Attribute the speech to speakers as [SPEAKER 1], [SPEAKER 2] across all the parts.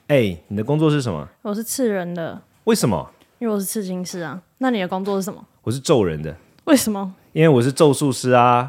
[SPEAKER 1] 你的工作是什么？
[SPEAKER 2] 我是刺人的。
[SPEAKER 1] 为什么？
[SPEAKER 2] 因为我是刺青师啊。那你的工作是什么？
[SPEAKER 1] 我是咒人的。
[SPEAKER 2] 为什么？
[SPEAKER 1] 因为我是咒术师啊。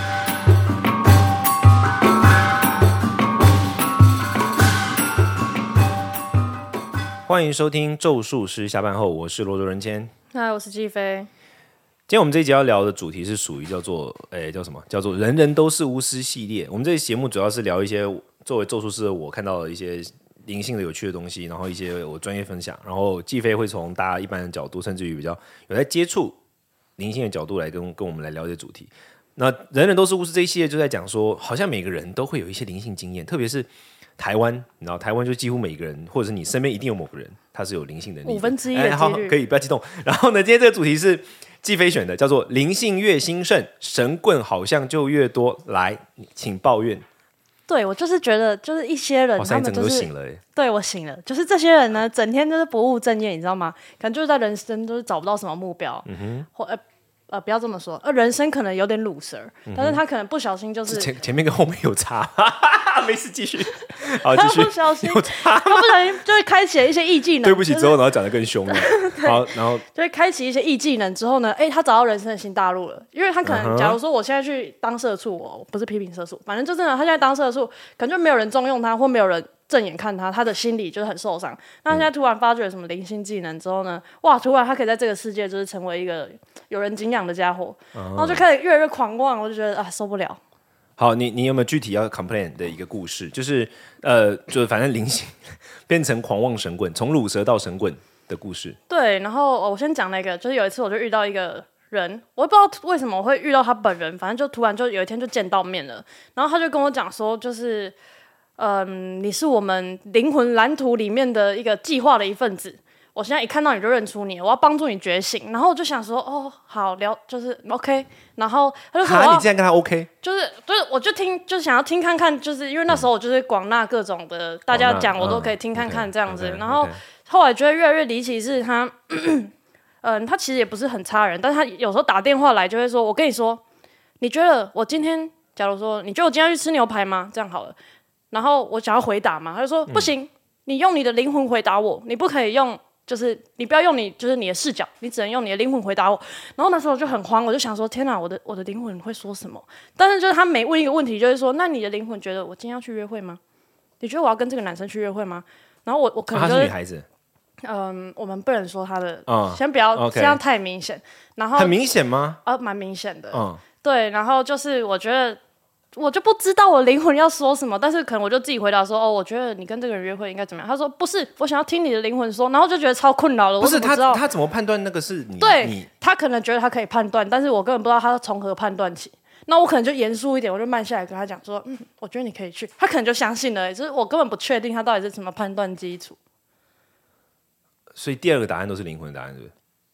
[SPEAKER 1] 欢迎收听咒术师下班后，我是罗卓人谦。
[SPEAKER 2] 嗨，我是季飞。
[SPEAKER 1] 今天我们这一集要聊的主题是属于叫做人人都是巫师系列。我们这个节目主要是聊一些作为咒术师的我看到的一些灵性的有趣的东西，然后一些我专业分享，然后季飞会从大家一般的角度，甚至于比较有在接触灵性的角度来跟我们来了解主题。那人人都是巫师这一系列就在讲说，好像每个人都会有一些灵性经验，特别是台湾，你知道台湾就几乎每个人，或者是你身边一定有某个人，他是有灵性能力的
[SPEAKER 2] 1/5的几率。
[SPEAKER 1] 好，可以不要激动。然后呢，今天这个主题是季飞选的，叫做灵性越兴盛，神棍好像就越多。来，请抱怨。
[SPEAKER 2] 对，我就是觉得，就是一些人，他们
[SPEAKER 1] 整个都醒了耶。
[SPEAKER 2] 对，我醒了。就是这些人呢，整天就是不务正业，你知道吗？可能就是在人生都是找不到什么目标，不要这么说，人生可能有点鲁蛇，但是他可能不小心就是
[SPEAKER 1] 前面跟后面有差，没事继续，好继续。
[SPEAKER 2] 他不小心
[SPEAKER 1] 有差，
[SPEAKER 2] 他不小心就会开启了一些异技能。
[SPEAKER 1] 对不起，之后然后讲得更凶了。好，然后
[SPEAKER 2] 就会开启一些异技能之后呢，他找到人生的新大陆了。因为他可能，假如说我现在去当社畜，我不是批评社畜，反正就真的他现在当社畜，可能就没有人重用他，或没有人正眼看他，他的心理就是很受伤。那他现在突然发掘了什么灵性技能之后呢，哇，突然他可以在这个世界就是成为一个有人敬仰的家伙，然后就开始越来越狂妄，我就觉得受不了。
[SPEAKER 1] 好，你有没有具体要 complain 的一个故事？就是反正灵性变成狂妄神棍，从乳蛇到神棍的故事。
[SPEAKER 2] 对，然后我先讲那个，就是有一次我就遇到一个人，我也不知道为什么我会遇到他本人，反正就突然就有一天就见到面了，然后他就跟我讲说，就是你是我们灵魂蓝图里面的一个计划的一份子。我现在一看到你就认出你，我要帮助你觉醒。然后我就想说，好聊，就是 OK。然后他就说，
[SPEAKER 1] 你竟然跟他 OK？
[SPEAKER 2] 就是，我就想要听看看，就是因为那时候我就是广纳各种的，大家讲我都可以听看看这样子。然后后来觉得越来越离奇是他，他其实也不是很差人，但是他有时候打电话来就会说，我跟你说，你觉得我今天，假如说你觉得我今天要去吃牛排吗？这样好了。然后我想要回答嘛，他就说不行，你用你的灵魂回答我，你不可以用。就是你不要用你的视角，你只能用你的灵魂回答我。然后那时候我就很慌，我就想说天哪，我的灵魂会说什么？但是就是他每问一个问题，就是说，那你的灵魂觉得我今天要去约会吗？你觉得我要跟这个男生去约会吗？然后我可能
[SPEAKER 1] 她是女孩子。
[SPEAKER 2] 我们不能说他的，先不要这样太明显。然后
[SPEAKER 1] 很明显吗？
[SPEAKER 2] 蛮明显的。对，然后就是我觉得。我就不知道我灵魂要说什么，但是可能我就自己回答说，我觉得你跟这个人约会应该怎么样？他说不是，我想要听你的灵魂说，然后就觉得超困扰了。
[SPEAKER 1] 不是他怎么判断那个是你？
[SPEAKER 2] 对，他可能觉得他可以判断，但是我根本不知道他从何判断起。那我可能就严肃一点，我就慢下来跟他讲说，我觉得你可以去。他可能就相信了，就是我根本不确定他到底是什么判断基础。
[SPEAKER 1] 所以第二个答案都是灵魂的答案，是不是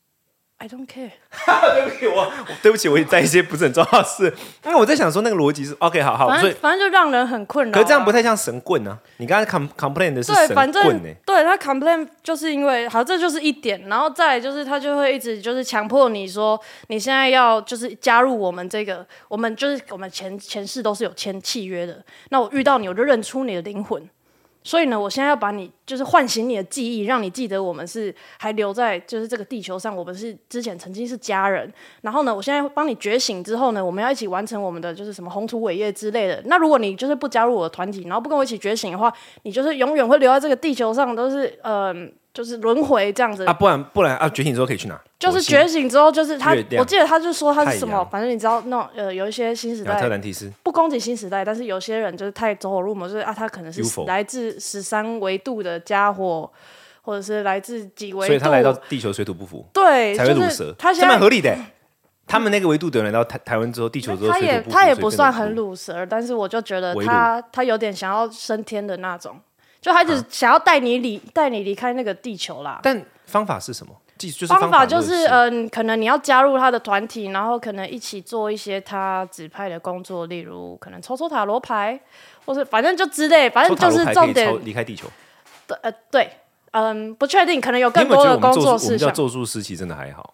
[SPEAKER 2] ？I don't care
[SPEAKER 1] 对不起，我也在一些不是很重要的事，因为我在想说那个逻辑是 OK， 好，
[SPEAKER 2] 反正就让人很困扰。
[SPEAKER 1] 可是这样不太像神棍啊！你刚才 complain 的是神棍欸。
[SPEAKER 2] 对，他 complain 就是因为好，这就是一点，然后再来就是他就会一直就是强迫你说，你现在要就是加入我们这个，我们前世都是有签契约的。那我遇到你，我就认出你的灵魂。所以呢，我现在要把你就是唤醒你的记忆，让你记得我们是还留在就是这个地球上，我们是之前曾经是家人。然后呢，我现在帮你觉醒之后呢，我们要一起完成我们的就是什么宏图伟业之类的。那如果你就是不加入我的团体，然后不跟我一起觉醒的话，你就是永远会留在这个地球上，都是就是轮回这样子
[SPEAKER 1] 啊，不然啊，觉醒之后可以去哪？
[SPEAKER 2] 就是觉醒之后，就是他，我记得他就说他是什么，反正你知道那种有一些新时代，
[SPEAKER 1] 亚特兰蒂斯
[SPEAKER 2] 不攻击新时代，但是有些人就是太走火入魔，就是他可能是来自13维度的家伙，或者是来自几维度，
[SPEAKER 1] 所以他来到地球水土不服，
[SPEAKER 2] 对，
[SPEAKER 1] 才会乳蛇，
[SPEAKER 2] 他
[SPEAKER 1] 这蛮合理的。他们那个维度的人来到台湾之后，地球之后水土不服，
[SPEAKER 2] 他也不算很乳蛇，但是我就觉得他有点想要升天的那种。就他只想要带你离开那个地球啦，
[SPEAKER 1] 但方法是什么？就是
[SPEAKER 2] 方法就是可能你要加入他的团体，然后可能一起做一些他指派的工作，例如可能抽塔罗牌，或是反正就之类，反正就是重点
[SPEAKER 1] 离开地球。
[SPEAKER 2] 对，不确定，可能有更多的工作事项。
[SPEAKER 1] 我们叫咒术师，其实真的还好。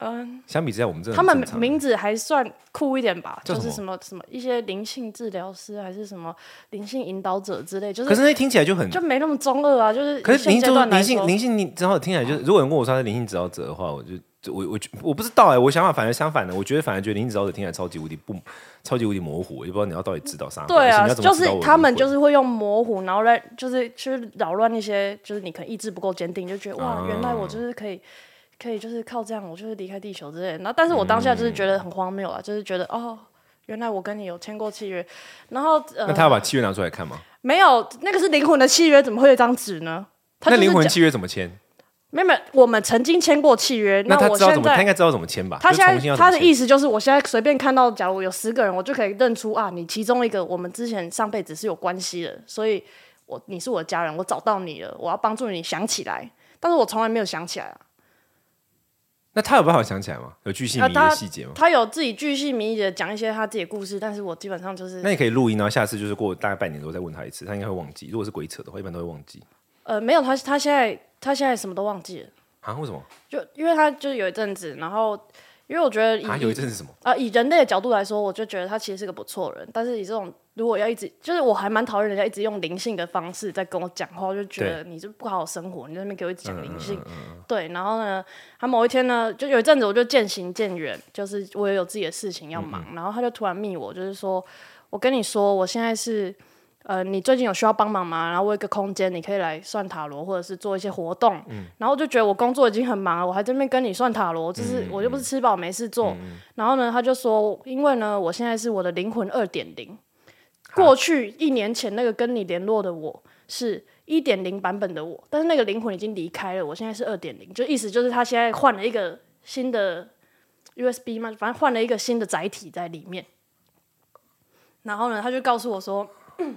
[SPEAKER 1] 相比之下我们真的
[SPEAKER 2] 他们名字还算酷一点吧，就是什么一些灵性治疗师还是什么灵性引导者之类，就是
[SPEAKER 1] 可是那听起来就没
[SPEAKER 2] 那么中二啊，就是
[SPEAKER 1] 可是灵性你正好听起来
[SPEAKER 2] 就
[SPEAKER 1] 是，如果有人跟我说他是灵性指导者的话，我不知道我想法反而相反的，我觉得觉得灵性指导者听起来超级无敌模糊，我也不知道你要到底指导啥。
[SPEAKER 2] 对啊，就是他们就是会用模糊，然后来就是去扰乱那些，就是你可能意志不够坚定，就觉得哇，原来我就是可以就是靠这样，我就是离开地球之类的。然后，但是我当下就是觉得很荒谬啊，就是觉得哦，原来我跟你有签过契约。然后
[SPEAKER 1] 那他要把契约拿出来看吗？
[SPEAKER 2] 没有，那个是灵魂的契约，怎么会有一张纸呢？
[SPEAKER 1] 那灵魂契约怎么签？
[SPEAKER 2] 没有，我们曾经签过契约。
[SPEAKER 1] 那他应该知道怎么签吧？
[SPEAKER 2] 他现在他的意思就是，我现在随便看到，假如有10个人，我就可以认出啊，你其中一个我们之前上辈子是有关系的，所以你是我的家人，我找到你了，我要帮助你想起来。但是我从来没有想起来啊。
[SPEAKER 1] 那他有办法想起来吗？有巨细靡遗的细节吗？
[SPEAKER 2] 他有自己巨细靡遗的讲一些他自己的故事，但是我基本上就是……
[SPEAKER 1] 那你可以录音，然后下次就是过大概半年之后再问他一次，他应该会忘记。如果是鬼扯的话，一般都会忘记。
[SPEAKER 2] 没有，他现在什么都忘记了
[SPEAKER 1] 啊？为什么？
[SPEAKER 2] 就因为他就是有一阵子，然后因为我觉得
[SPEAKER 1] 有一阵子什么
[SPEAKER 2] 以人类的角度来说，我就觉得他其实是个不错人，但是以这种如果要一直就是我还蛮讨厌人家一直用灵性的方式在跟我讲话，我就觉得你就不好好生活，你在那边给我一直讲灵性。对，然后呢，他某一天呢，就有一阵子我就渐行渐远，就是我也有自己的事情要忙，然后他就突然密我，就是说我跟你说，我现在是。你最近有需要帮忙吗？然后我有一个空间，你可以来算塔罗，或者是做一些活动。然后我就觉得我工作已经很忙了，我还在那边跟你算塔罗，就是我又不是吃饱没事做。然后呢，他就说，因为呢，我现在是我的灵魂2.0，过去1年前那个跟你联络的我是1.0版本的我，但是那个灵魂已经离开了，我现在是2.0，就意思就是他现在换了一个新的 USB 嘛，反正换了一个新的载体在里面。然后呢，他就告诉我说。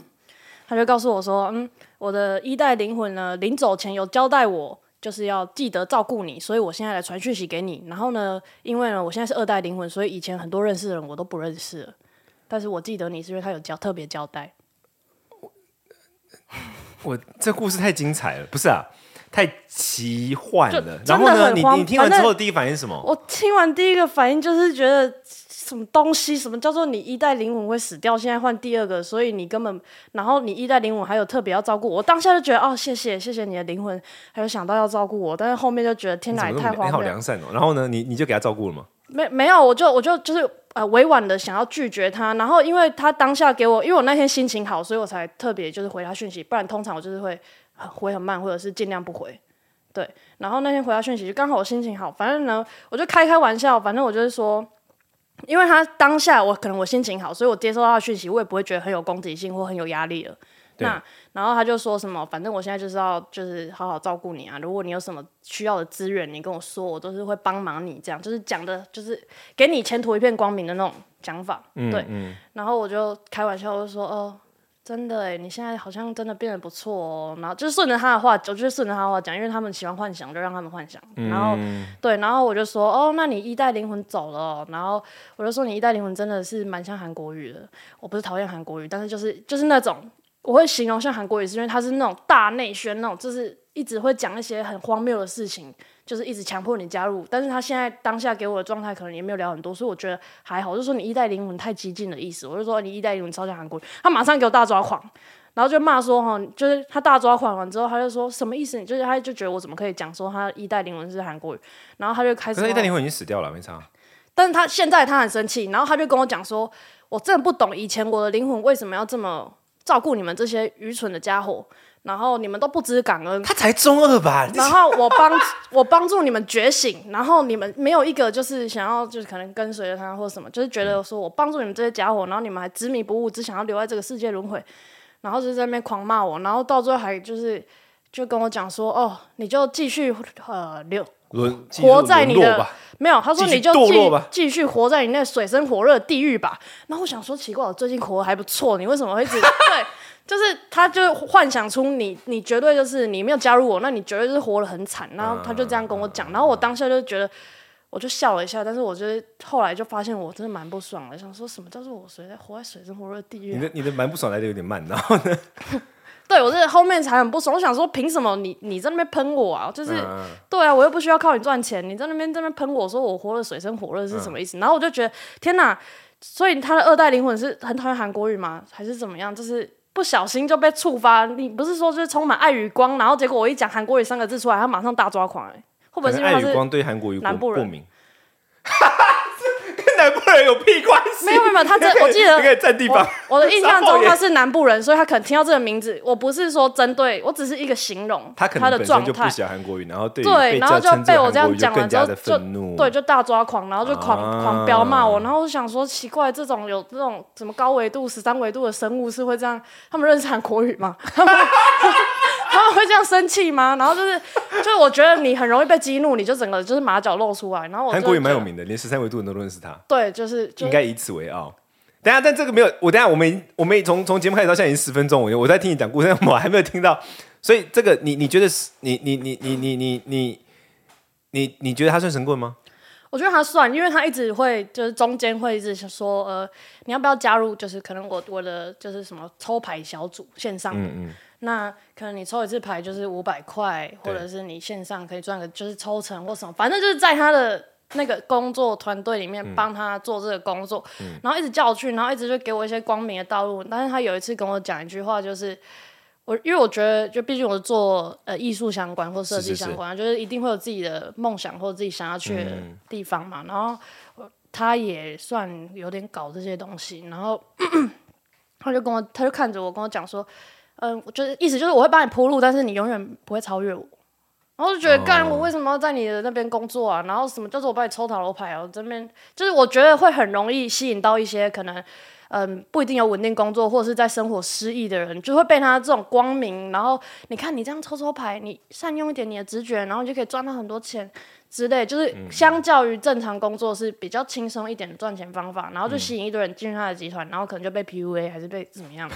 [SPEAKER 2] 我的1代灵魂呢，临走前有交代我，就是要记得照顾你，所以我现在来传讯息给你。然后呢，因为呢，我现在是2代灵魂，所以以前很多认识的人我都不认识了，但是我记得你是因为他有特别交代。
[SPEAKER 1] 我这故事太精彩了，不是啊？太奇幻了。然后呢，你听完之后第一反应是什么？
[SPEAKER 2] 我听完第一个反应就是觉得。什么东西？什么叫做你1代灵魂会死掉？现在换第2个，所以你根本，然后你1代灵魂还有特别要照顾我。我当下就觉得哦，谢谢你的灵魂，还有想到要照顾我。但是后面就觉得天哪，也太荒谬了。
[SPEAKER 1] 你好良善哦。然后呢，你就给他照顾了吗？
[SPEAKER 2] 没有，我就是委婉的想要拒绝他。然后因为他当下给我，因为我那天心情好，所以我才特别就是回他讯息。不然通常我就是会回很慢，或者是尽量不回。对，然后那天回他讯息就刚好我心情好，反正呢我就开玩笑，反正我就是说。因为他当下可能我心情好，所以我接收到他的讯息，我也不会觉得很有攻击性或很有压力了。那然后他就说什么，反正我现在就是要就是好好照顾你啊，如果你有什么需要的资源，你跟我说，我都是会帮忙你，这样就是讲的就是给你前途一片光明的那种讲法。对，然后我就开玩笑，我就说哦。真的哎，你现在好像真的变得不错哦。然后就是顺着他的话，我就是顺着他的话讲，因为他们喜欢幻想，就让他们幻想。然后对，然后我就说哦，那你1代灵魂走了哦。然后我就说你1代灵魂真的是蛮像韩国语的。我不是讨厌韩国语，但是就是那种我会形容像韩国语，是因为他是那种大内宣那种，就是一直会讲一些很荒谬的事情。就是一直强迫你加入，但是他现在当下给我的状态可能也没有聊很多，所以我觉得还好。就说你1代灵魂太激进的意思，我就说你1代灵魂超像韩国语，他马上给我大抓狂，然后就骂说哈，就是他大抓狂完之后，他就说什么意思？就是他就觉得我怎么可以讲说他1代灵魂是韩国语，然后他就开始。
[SPEAKER 1] 可是1代灵魂已经死掉了，没差。
[SPEAKER 2] 但是他现在他很生气，然后他就跟我讲说，我真的不懂以前我的灵魂为什么要这么照顾你们这些愚蠢的家伙。然后你们都不知感恩，
[SPEAKER 1] 他才中2吧？
[SPEAKER 2] 然后我帮助你们觉醒，然后你们没有一个就是想要就是可能跟随着他或什么，就是觉得说我帮助你们这些家伙，然后你们还执迷不悟，只想要留在这个世界轮回，然后就在那边狂骂我，然后到最后还就跟我讲说哦，你就继续活在你的没有，他说你就继续活在你那水深火热的地狱吧。然后我想说奇怪，我最近活得还不错，你为什么会一直对？就是他就幻想出你绝对就是你没有加入我，那你绝对就是活得很惨。然后他就这样跟我讲，然后我当下就觉得，我就笑了一下，但是我觉得后来就发现我真的蛮不爽的，想说什么叫做我活在水深火热的地狱？
[SPEAKER 1] 你的蛮不爽来的有点慢，然后呢？
[SPEAKER 2] 对我这后面才很不爽。我想说，凭什么你在那边喷我啊？就是、对啊，我又不需要靠你赚钱，你在那边喷我说我活得水深火热是什么意思？然后我就觉得天哪，所以他的二代灵魂是很讨厌韩国语吗？还是怎么样？就是不小心就被触发。你不是说就是充满爱与光，然后结果我一讲韩国语3个字出来，他马上大抓狂会不会是因为他是
[SPEAKER 1] 爱与光对韩国语
[SPEAKER 2] 南部人
[SPEAKER 1] 过敏？跟南部人有屁关系？
[SPEAKER 2] 没有，他我记得
[SPEAKER 1] 你可以占地方。
[SPEAKER 2] 我的印象中他是南部人，所以他可能听到这个名字。我不是说针对，我只是一个形容
[SPEAKER 1] 他可能
[SPEAKER 2] 的状态。
[SPEAKER 1] 本身就不喜欢韩国语，然后对，
[SPEAKER 2] 然后就被我这样讲了之后，就大抓狂，然后就狂飙骂我。然后我就想说，奇怪，这种有这种什么高维度、13维度的生物是会这样？他们认识韩国语吗？他们会这样生气吗？然后就是我觉得你很容易被激怒，你就整个就是马脚露出来。然后
[SPEAKER 1] 韩国语蛮有名的，连13维度人都认识他。
[SPEAKER 2] 对，就是
[SPEAKER 1] 应该以此为傲。等一下，但这个没有，我们从节目开始到现在已经10分钟，我在听你讲故事，但我还没有听到。所以这个你觉得你觉得他算神棍吗？
[SPEAKER 2] 我觉得他算，因为他一直会就是中间会一直说你要不要加入？就是可能我的就是什么抽牌小组线上的。那可能你抽一次牌就是500块，或者是你线上可以赚个就是抽成或什么，反正就是在他的那个工作团队里面帮他做这个工作，然后一直叫我去，然后一直就给我一些光明的道路。但是他有一次跟我讲一句话，就是因为我觉得就毕竟我是做艺术相关或设计相关，就是一定会有自己的梦想或者自己想要去的地方嘛。然后他也算有点搞这些东西，然后他就看着我跟我讲说。我觉得意思就是我会帮你铺路，但是你永远不会超越我。然后就觉得干，我为什么要在你的那边工作啊？然后什么叫做我帮你抽塔罗牌啊？我这边就是我觉得会很容易吸引到一些可能不一定有稳定工作或者是在生活失意的人，就会被他这种光明。然后你看你这样抽牌，你善用一点你的直觉，然后你就可以赚到很多钱之类，就是相较于正常工作是比较轻松一点的赚钱方法，然后就吸引一堆人进入他的集团，然后可能就被 PUA 还是被怎么样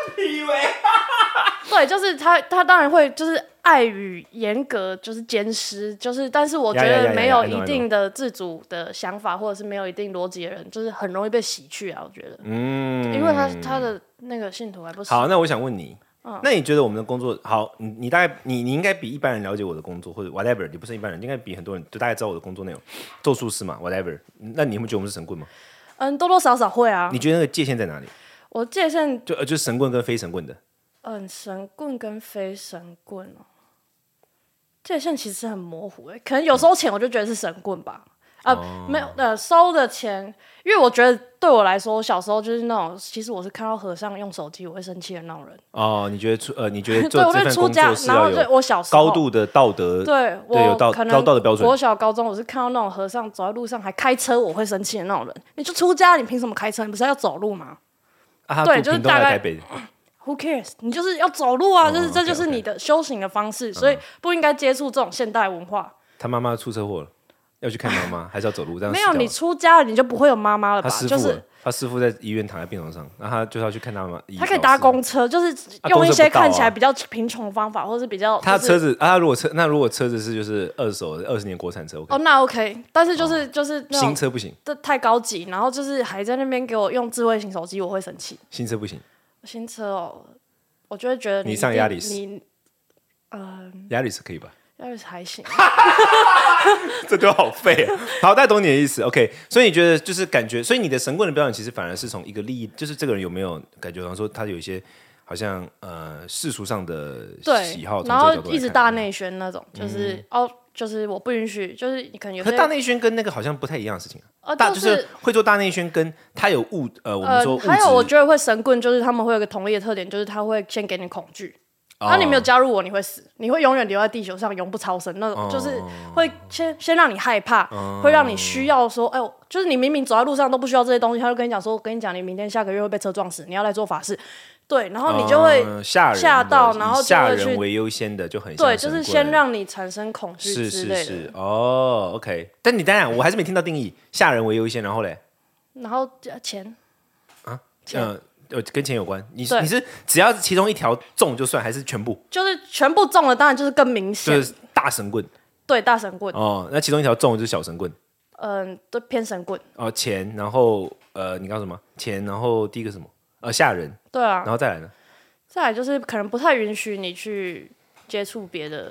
[SPEAKER 1] PUA
[SPEAKER 2] 对，就是他当然会就是爱与严格就是监视，就是但是我觉得没有一定的自主的想法或者是没有一定逻辑的人，就是很容易被洗去啊，我觉得。因为他的那个信徒还不少。
[SPEAKER 1] 好，那我想问你。那你觉得我们的工作好？你大概你应该比一般人了解我的工作，或者 whatever， 你不是一般人，应该比很多人就大概知道我的工作内容，咒术师嘛 whatever。那你会觉得我们是神棍吗？
[SPEAKER 2] 多多少少会啊。
[SPEAKER 1] 你觉得那个界限在哪里？
[SPEAKER 2] 我界限
[SPEAKER 1] 就是神棍跟非神棍的。
[SPEAKER 2] 神棍跟非神棍界限其实很模糊可能有收钱我就觉得是神棍吧。没有收的钱，因为我觉得对我来说，我小时候就是那种，其实我是看到和尚用手机我会生气的那种人。
[SPEAKER 1] 你觉得你觉得做这份工作是要有
[SPEAKER 2] 我小时候
[SPEAKER 1] 高度的道德，
[SPEAKER 2] 对
[SPEAKER 1] 有高道的标准。
[SPEAKER 2] 国小高中我是看到那种和尚走在路上还开车，我会生气的那种人。你就出家，你凭什么开车？你不是要走路吗？
[SPEAKER 1] 对，就是大概台北。
[SPEAKER 2] Who cares？ 你就是要走路啊，这就是你的修行的方式，所以不应该接触这种现代文化。
[SPEAKER 1] 他妈妈出车祸了。要去看妈妈，还是要走路？这样
[SPEAKER 2] 没有，你出家了，你就不会有妈妈了吧？
[SPEAKER 1] 他师父在医院躺在病床上，然后他就是要去看他妈。
[SPEAKER 2] 他可以搭公车，就是用一些看起来比较贫穷的方法，或是比较。
[SPEAKER 1] 他车子如果车子是就是20年国产车 ，OK。
[SPEAKER 2] 那 OK， 但是就是
[SPEAKER 1] 新车不行，
[SPEAKER 2] 这太高级，然后就是还在那边给我用智慧型手机，我会生气。
[SPEAKER 1] 新车不行，
[SPEAKER 2] 新车我就会觉得
[SPEAKER 1] 你上亚里斯，亚里斯可以吧？
[SPEAKER 2] 亚里斯还行，
[SPEAKER 1] 这都好废啊！好，大家懂你的意思 ，OK。所以你觉得就是感觉，所以你的神棍的标准其实反而是从一个利益，就是这个人有没有感觉，好像说他有一些好像世俗上的喜好，
[SPEAKER 2] 然后一直大内宣那种，就是就是我不允许，就是你可能有些。
[SPEAKER 1] 可大内宣跟那个好像不太一样的事情就是会做大内宣，跟他有我们说
[SPEAKER 2] 还有我觉得会神棍，就是他们会有个同类的特点，就是他会先给你恐惧。那你没有加入我，你会死，你会永远留在地球上，永不超生。那种就是会先让你害怕，会让你需要说，就是你明明走在路上都不需要这些东西，他就跟你讲说，我跟你讲，你明天下个月会被车撞死，你要来做法事。对，然后你就会吓到，然后
[SPEAKER 1] 吓人为优先的就很像
[SPEAKER 2] 对，就是先让你产生恐惧之类的。
[SPEAKER 1] 是OK。但你当然我还是没听到定义，吓人为优先，然后嘞，
[SPEAKER 2] 然后钱
[SPEAKER 1] 跟钱有关，你是只要其中一条中就算，还是全部？
[SPEAKER 2] 就是全部中了，当然就是更明显，
[SPEAKER 1] 就是大神棍。
[SPEAKER 2] 对，大神棍。
[SPEAKER 1] 那其中一条中就是小神棍。
[SPEAKER 2] 都偏神棍。
[SPEAKER 1] 钱，然后你刚什么？钱，然后第一个什么？吓人。
[SPEAKER 2] 对啊。
[SPEAKER 1] 然后再来呢？
[SPEAKER 2] 再来就是可能不太允许你去接触别的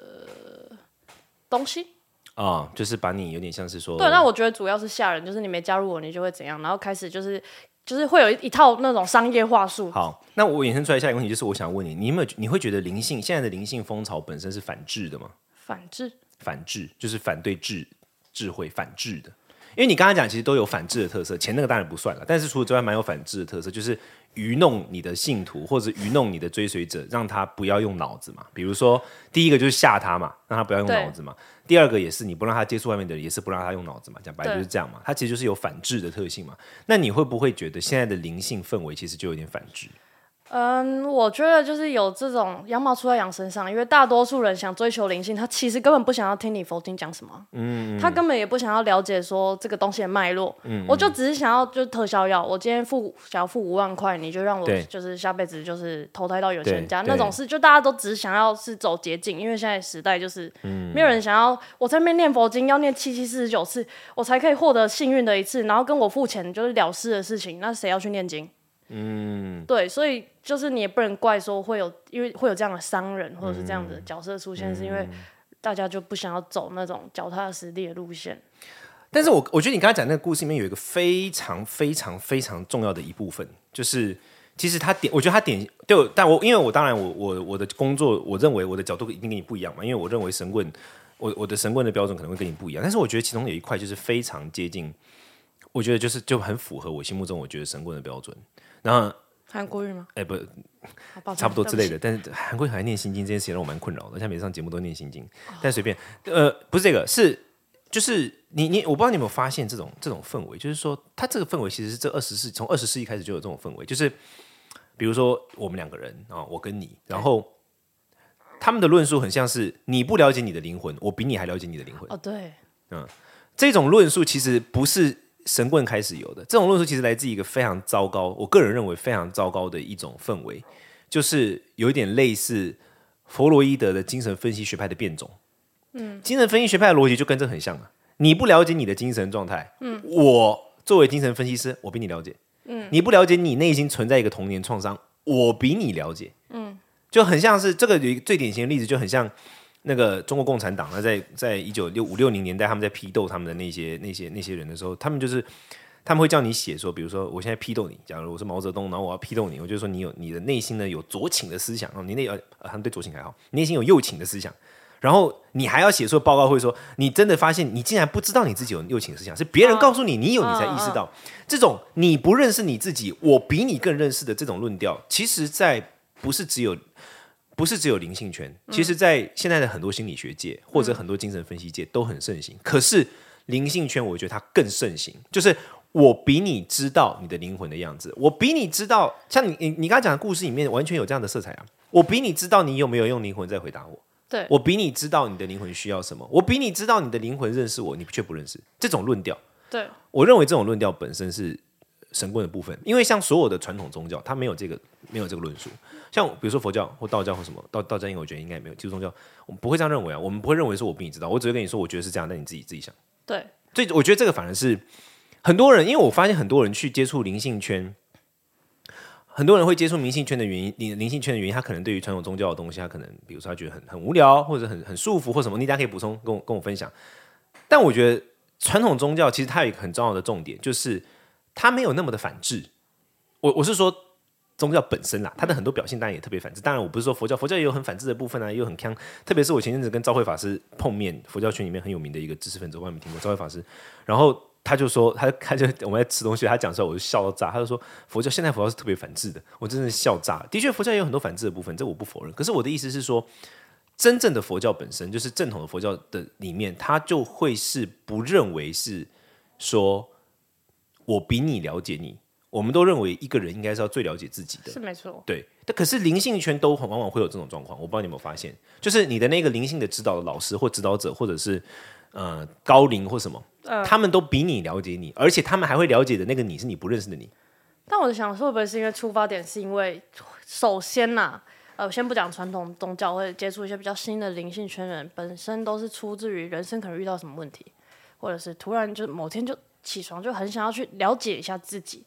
[SPEAKER 2] 东西。
[SPEAKER 1] 就是把你有点像是说，
[SPEAKER 2] 对，那我觉得主要是吓人，就是你没加入我，你就会怎样，然后开始就是会有一套那种商业话术。
[SPEAKER 1] 好，那我衍生出来下一个问题就是，我想问你，你会觉得现在的灵性风潮本身是反智的吗？反智就是反对智慧，反智的。因为你刚才讲其实都有反智的特色，前那个当然不算了，但是除了之外蛮有反智的特色，就是愚弄你的信徒或者愚弄你的追随者，让他不要用脑子嘛。比如说第一个就是吓他嘛，让他不要用脑子嘛。第二个也是你不让他接触外面的人，也是不让他用脑子嘛。讲白了就是这样嘛，它其实就是有反智的特性嘛。那你会不会觉得现在的灵性氛围其实就有点反智？
[SPEAKER 2] 我觉得就是有这种羊毛出在羊身上，因为大多数人想追求灵性，他其实根本不想要听你佛经讲什么，他根本也不想要了解说这个东西的脉络，我就只是想要就是特效药，我今天想要付5万块，你就让我就是下辈子就是投胎到有钱人家那种事，就大家都只是想要是走捷径，因为现在时代就是没有人想要我在那边念佛经要念7749次，我才可以获得幸运的一次，然后跟我付钱就是了事的事情，那谁要去念经？对，所以就是你也不能怪说因为会有这样的商人或者是这样的角色出现，是因为大家就不想要走那种脚踏实地的路线。
[SPEAKER 1] 但是我觉得你刚才讲那个故事里面有一个非常非常非常重要的一部分，就是其实我觉得他对我，但因为我当然我的工作，我认为我的角度一定跟你不一样嘛，因为我认为神棍，我的神棍的标准可能会跟你不一样，但是我觉得其中有一块就是非常接近，我觉得就很符合我心目中我觉得神棍的标准。然后
[SPEAKER 2] 韩国语吗？
[SPEAKER 1] 不，差不多之类的。但是韩国语还念心经这件事情让我蛮困扰的，像每次上节目都念心经，但随便。不是这个，就是我不知道你有没有发现这种氛围，就是说，它这个氛围其实是从20世纪开始就有这种氛围，就是比如说我们2个人啊，我跟你，然后他们的论述很像是你不了解你的灵魂，我比你还了解你的灵魂。
[SPEAKER 2] 对，
[SPEAKER 1] 这种论述其实不是神棍开始有的，这种论述其实来自一个非常糟糕，我个人认为非常糟糕的一种氛围，就是有一点类似弗洛伊德的精神分析学派的变种。精神分析学派的逻辑就跟这很像啊。你不了解你的精神状态，我作为精神分析师，我比你了解。你不了解你内心存在一个童年创伤，我比你了解。就很像是这个有一个最典型的例子，就很像那个中国共产党，在1950-60年代，他们在批斗他们的那些人的时候，他们会叫你写说，比如说我现在批斗你，假如我是毛泽东，然后我要批斗你，我就说你的内心呢有左倾的思想，你他们对左倾还好，你内心有右倾的思想，然后你还要写出报告会说，你真的发现你竟然不知道你自己有右倾的思想，是别人告诉你你有，你才意识到。这种你不认识你自己，我比你更认识的这种论调，其实在不是只有灵性圈，其实在现在的很多心理学界或者很多精神分析界都很盛行。可是灵性圈，我觉得它更盛行，就是我比你知道你的灵魂的样子，我比你知道，像你刚才讲的故事里面完全有这样的色彩啊。我比你知道你有没有用灵魂在回答我，
[SPEAKER 2] 对，
[SPEAKER 1] 我比你知道你的灵魂需要什么，我比你知道你的灵魂认识我，你却不认识。这种论调，
[SPEAKER 2] 对，
[SPEAKER 1] 我认为这种论调本身是神棍的部分，因为像所有的传统宗教，它没有这个论述。像比如说佛教或道教或什么道教，我觉得应该也没有。基督宗教我们不会这样认为啊，我们不会认为说我比你知道，我只会跟你说我觉得是这样，但你自己想。
[SPEAKER 2] 对，
[SPEAKER 1] 所以我觉得这个反而是很多人，因为我发现很多人去接触灵性圈，很多人会接触灵性圈的原因，他可能对于传统宗教的东西，他可能比如说他觉得很无聊，或者很束缚或什么，你大家可以补充跟我分享。但我觉得传统宗教其实它有一个很重要的重点，就是它没有那么的反智。我是说宗教本身啦，它的很多表现当然也特别反智。当然我不是说佛教也有很反智的部分啊，也有很鏘。特别是我前阵子跟昭慧法师碰面，佛教圈里面很有名的一个知识分子，我还没听过昭慧法师。然后他就说，他就我们在吃东西，他讲出来我就笑到炸。他就说现在佛教是特别反智的，我真的是笑炸了。的确，佛教也有很多反智的部分，这我不否认。可是我的意思是说，真正的佛教本身就是正统的佛教的里面，它就会是不认为是说我比你了解你。我们都认为一个人应该是要最了解自己的，
[SPEAKER 2] 是没错。
[SPEAKER 1] 对，但可是灵性圈都往往会有这种状况，我不知道你有没有发现，就是你的那个灵性的指导的老师或指导者，或者是高龄或什么，他们都比你了解你，而且他们还会了解的那个你是你不认识的你。
[SPEAKER 2] 但我想说，会不会是因为出发点是因为首先先不讲传统宗教，会接触一些比较新的灵性圈人，本身都是出自于人生可能遇到什么问题，或者是突然就某天就起床就很想要去了解一下自己。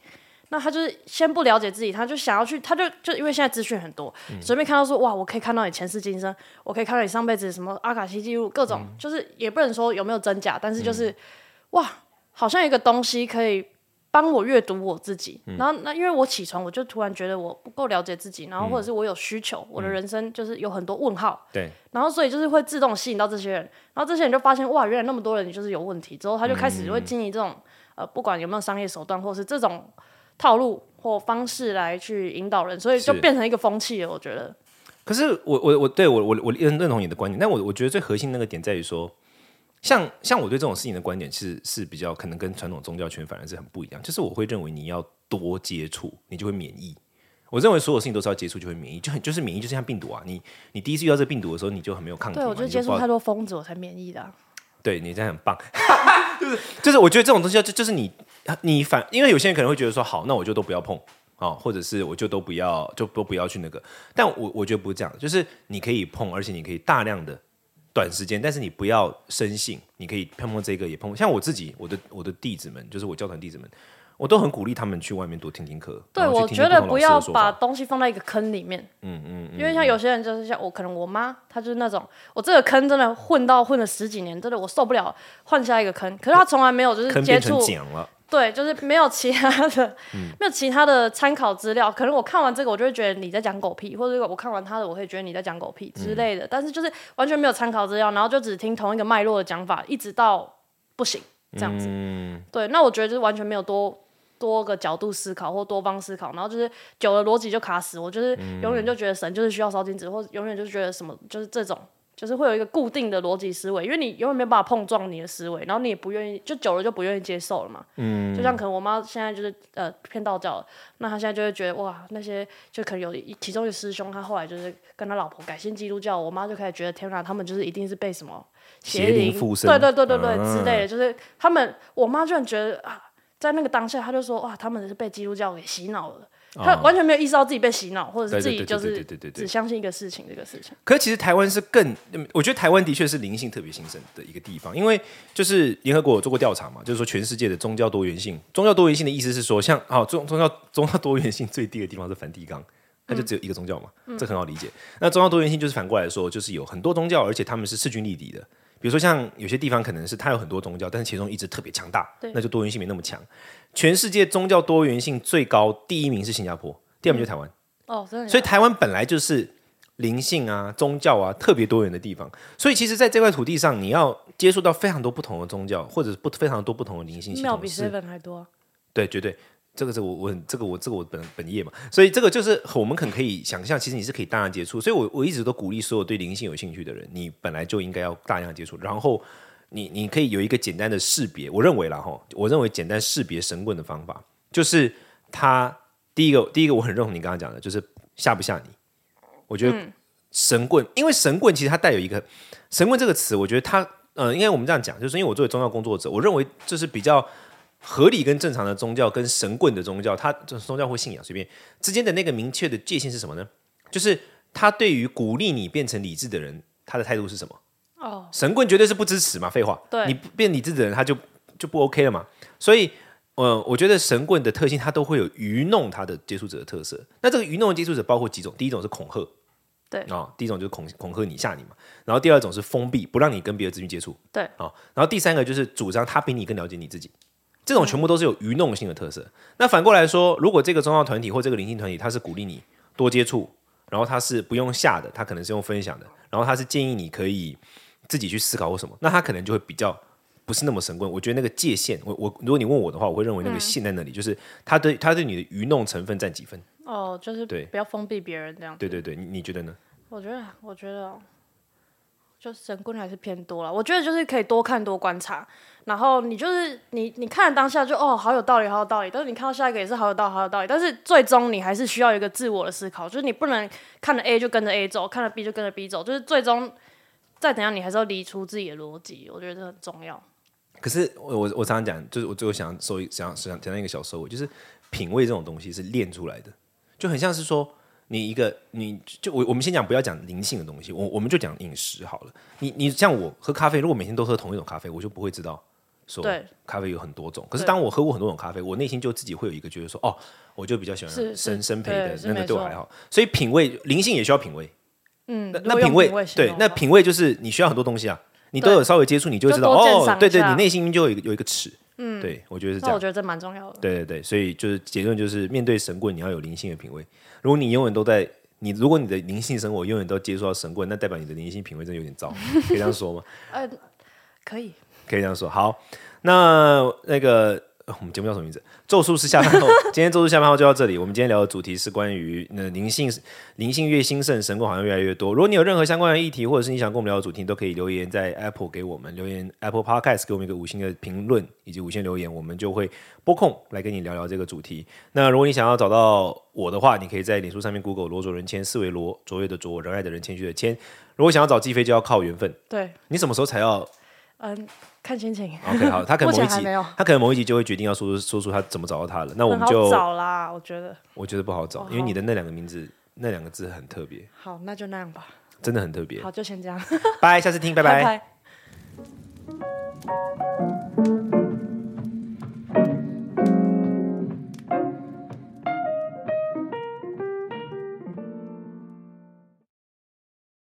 [SPEAKER 2] 那他就是先不了解自己，他就想要去，他就因为现在资讯很多，随便看到说哇，我可以看到你前世今生，我可以看到你上辈子什么阿卡西记录，各种，就是也不能说有没有真假，但是就是哇，好像一个东西可以帮我阅读我自己。然后那因为我起床，我就突然觉得我不够了解自己，然后或者是我有需求，我的人生就是有很多问号，
[SPEAKER 1] 对，
[SPEAKER 2] 然后所以就是会自动吸引到这些人，然后这些人就发现哇，原来那么多人就是有问题，之后他就开始会经营这种不管有没有商业手段，或是这种套路或方式来去引导人，所以就变成一个风气了。我觉得。
[SPEAKER 1] 可是我认同你的观点，但我觉得最核心那个点在于说，像我对这种事情的观点是比较可能跟传统宗教圈反而是很不一样，就是我会认为你要多接触，你就会免疫。我认为所有事情都是要接触就会免疫，就是免疫，就像病毒啊，你第一次遇到这个病毒的时候，你就很没有抗体嘛。
[SPEAKER 2] 对，我就接触太多疯子，我才免疫的啊。
[SPEAKER 1] 对，你这样很棒，就是我觉得这种东西就是你因为有些人可能会觉得说，好，那我就都不要碰或者是我就都不要去那个，但我觉得不是这样，就是你可以碰，而且你可以大量的短时间，但是你不要生性，你可以碰这个也碰，像我自己，我的弟子们，就是我教团弟子们。我都很鼓励他们去外面多听听课。
[SPEAKER 2] 对，我觉得不要把东西放在一个坑里面。因为像有些人就是像我，可能我妈她就是那种，我这个坑真的混了10几年，真的我受不了，换下一个坑。可是她从来没有就是接触，对，就是没有其他的，没有其他的参考资料。可能我看完这个，我就会觉得你在讲狗屁，或者我看完他的，我会觉得你在讲狗屁之类的。但是就是完全没有参考资料，然后就只听同一个脉络的讲法，一直到不行这样子。对，那我觉得就是完全没有多个角度思考或多方思考，然后就是久了逻辑就卡死。我就是永远就觉得神就是需要烧金纸，或者永远就觉得什么就是这种，就是会有一个固定的逻辑思维，因为你永远没有办法碰撞你的思维，然后你也不愿意，就久了就不愿意接受了嘛。就像可能我妈现在就是偏道教了，那她现在就会觉得哇，那些就可能有其中一个师兄，他后来就是跟他老婆改信基督教，我妈就开始觉得天哪，他们就是一定是被什么邪灵附身，对之类的，就是他们，我妈居然觉得啊。在那个当下，他就说：“哇，他们是被基督教给洗脑了。”他完全没有意识到自己被洗脑，或者是自己就是只相信一个事情，这个事情。
[SPEAKER 1] 可是其实台湾是我觉得台湾的确是灵性特别兴盛的一个地方，因为就是联合国有做过调查嘛，就是说全世界的宗教多元性，宗教多元性的意思是说，像宗教多元性最低的地方是梵蒂冈。它就只有一个宗教嘛，这很好理解。那宗教多元性就是反过来说，就是有很多宗教，而且他们是势均力敌的。比如说像有些地方可能是它有很多宗教，但是其中一支特别强大，那就多元性没那么强。全世界宗教多元性最高第一名是新加坡，第二名就是台湾。
[SPEAKER 2] 真的。
[SPEAKER 1] 所以台湾本来就是灵性啊、宗教啊特别多元的地方。所以其实在这块土地上，你要接触到非常多不同的宗教，或者是非常多不同的灵性系统，
[SPEAKER 2] 庙比 7 还多。
[SPEAKER 1] 对，绝对。这个是我本业嘛，所以这个就是我们可以想象，其实你是可以大量接触，所以我一直都鼓励所有对灵性有兴趣的人，你本来就应该要大量接触，然后你可以有一个简单的识别，我认为简单识别神棍的方法，就是他第一个我很认同你刚刚讲的，就是吓不吓你？我觉得神棍，因为神棍其实它带有一个神棍这个词，我觉得它应该我们这样讲，就是因为我作为宗教工作者，我认为这是比较合理跟正常的宗教跟神棍的宗教，它宗教或信仰随便之间的那个明确的界限是什么呢？就是他对于鼓励你变成理智的人，他的态度是什么？神棍绝对是不支持嘛，废话，你变理智的人他就不 OK 了嘛。所以我觉得神棍的特性，它都会有愚弄他的接触者的特色。那这个愚弄的接触者包括几种，第一种是恐吓，
[SPEAKER 2] 对
[SPEAKER 1] 第一种就是恐吓你吓你嘛，然后第二种是封闭，不让你跟别的资讯接触，
[SPEAKER 2] 对
[SPEAKER 1] 然后第三个就是主张他比你更了解你自己。这种全部都是有愚弄性的特色。那反过来说，如果这个宗教团体或这个灵性团体，它是鼓励你多接触，然后它是不用吓的，它可能是用分享的，然后它是建议你可以自己去思考或什么，那它可能就会比较不是那么神棍。我觉得那个界限，如果你问我的话，我会认为那个线在那里，就是它对你的愚弄成分占几分？
[SPEAKER 2] 就是不要封闭别人这样子。
[SPEAKER 1] 对，你觉得呢？
[SPEAKER 2] 我觉得就神棍还是偏多了。我觉得就是可以多看多观察。然后你就是你看当下就好有道理，好有道理。但是你看到下一个也是好有道理。但是最终你还是需要一个自我的思考，就是你不能看了 A 就跟着 A 走，看了 B 就跟着 B 走，就是最终再怎样你还是要理出自己的逻辑。我觉得这很重要。
[SPEAKER 1] 可是我常常讲，就是我最后想讲到一个小收尾，就是品味这种东西是练出来的，就很像是说我们先讲不要讲灵性的东西，我们就讲饮食好了。你像我喝咖啡，如果每天都喝同一种咖啡，我就不会知道说
[SPEAKER 2] 对
[SPEAKER 1] 咖啡有很多种。可是当我喝过很多种咖啡，我内心就自己会有一个觉得说，哦，我就比较喜欢深焙的，那个对我还好。所以品味灵性也需要品味。那品味对，那品味就是你需要很多东西啊，你都有稍微接触，你就会知道哦，对对，你内心就有一个尺。对，我觉得是这样。
[SPEAKER 2] 那我觉得这蛮重要的。
[SPEAKER 1] 对对对，所以就是结论就是，面对神棍，你要有灵性的品味。如果你永远都在如果你的灵性生活永远都接触到神棍，那代表你的灵性品味真的有点糟，可以这样说吗？
[SPEAKER 2] 可以
[SPEAKER 1] 这样说。好，那个我们节目叫什么名字？咒术师下班后，今天咒术下班后就到这里。我们今天聊的主题是关于灵性越兴盛，神棍好像越来越多。如果你有任何相关的议题，或者是你想跟我们聊的主题，都可以留言在 Apple 给我们留言 ，Apple Podcast 给我们一个5星的评论以及5星留言，我们就会拨空来跟你聊聊这个主题。那如果你想要找到我的话，你可以在脸书上面 Google 罗卓人谦，四维罗，卓越的卓，仁爱的人，谦虚的谦。如果想要找季飞，就要靠缘分。
[SPEAKER 2] 对，
[SPEAKER 1] 你什么时候才要？
[SPEAKER 2] 看心情。
[SPEAKER 1] OK， 好，他可能某一集就会决定要说出他怎么找到他了。那我们就
[SPEAKER 2] 很好找啦，我觉得不
[SPEAKER 1] 好找，因为你的那两个名字那两个字很特别。
[SPEAKER 2] 好，那就那样吧。
[SPEAKER 1] 真的很特别。
[SPEAKER 2] 好，就先这样。
[SPEAKER 1] 拜，下次听，拜拜。
[SPEAKER 2] 拜拜。